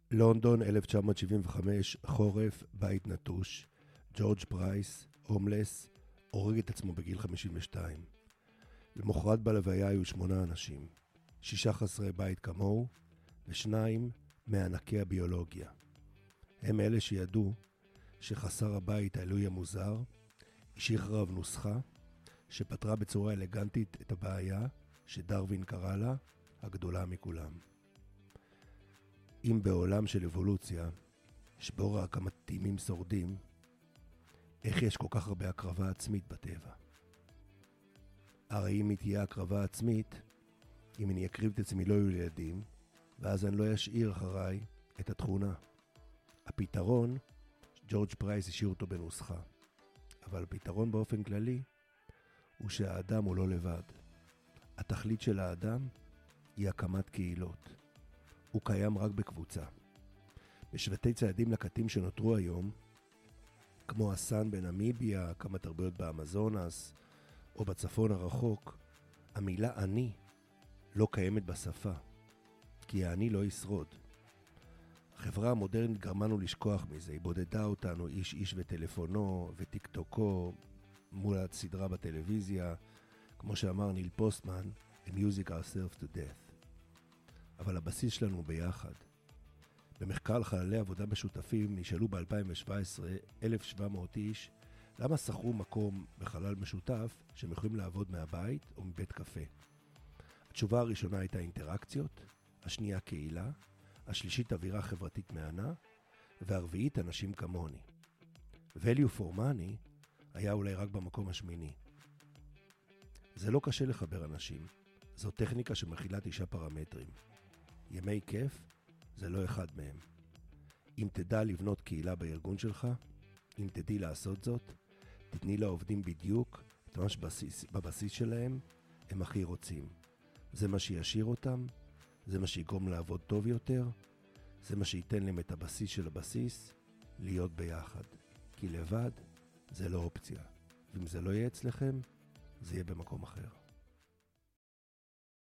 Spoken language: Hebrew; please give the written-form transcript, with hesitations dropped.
לונדון 1975, חורף, בית נטוש, ג'ורג' פרייס, הומלס, הורג את עצמו בגיל 52. למחרת בלוויה היו 8 אנשים, 6 חסרי בית כמוהו, ו2 מענקי הביולוגיה. הם אלה שידעו שחסר הבית האלוהי המוזר, השאיר אחריו נוסחה שפתרה בצורה אלגנטית את הבעיה שדרווין קרא לה הגדולה מכולם. אם בעולם של אבולוציה שבור רק המתאימים שורדים, איך יש כל כך הרבה הקרבה עצמית בטבע? הרי אם היא תהיה הקרבה עצמית, אם אני אקריב את עצמי לא יהיו ילדים, ואז אני לא אשאיר אחריי את התכונה. הפתרון, ג'ורג' פרייס השאיר אותו בנוסחה, אבל הפתרון באופן כללי הוא שהאדם הוא לא לבד. התכלית של האדם היא הקמת קהילות. הוא קיים רק בקבוצה. בשבטי ציידים לקטים שנותרו היום, כמו הסן בנמיביה, כמה תרבויות באמזונס, או בצפון הרחוק, המילה אני לא קיימת בשפה, כי האני לא ישרוד. החברה המודרנית גרמנו לשכוח מזה, היא בודדה אותנו איש איש וטלפונו וטיקטוקו מול הסדרה בטלוויזיה, כמו שאמר ניל פוסטמן, A music ourselves to death. אבל הבסיס שלנו ביחד. במחקר על חללי עבודה משותפים נשאלו ב-2017 1,700 איש למה שכרו מקום בחלל משותף שהם יכולים לעבוד מהבית או מבית קפה. התשובה הראשונה הייתה אינטראקציות, השנייה קהילה, השלישית אווירה חברתית מענה, והרביעית אנשים כמוני. value for money היה אולי רק במקום השמיני. זה לא קשה לחבר אנשים, זו טכניקה שמכילה 9 פרמטרים. ימי כיף זה לא אחד מהם. אם תדע לבנות קהילה בארגון שלך, אם תדעי לעשות זאת, תתני לעובדים בדיוק את מה שבבסיס שלהם הם הכי רוצים. זה מה שישאיר אותם, זה מה שיגרום לעבוד טוב יותר, זה מה שייתן להם את הבסיס של הבסיס, להיות ביחד. כי לבד זה לא אופציה. ואם זה לא יהיה אצלכם, זה יהיה במקום אחר.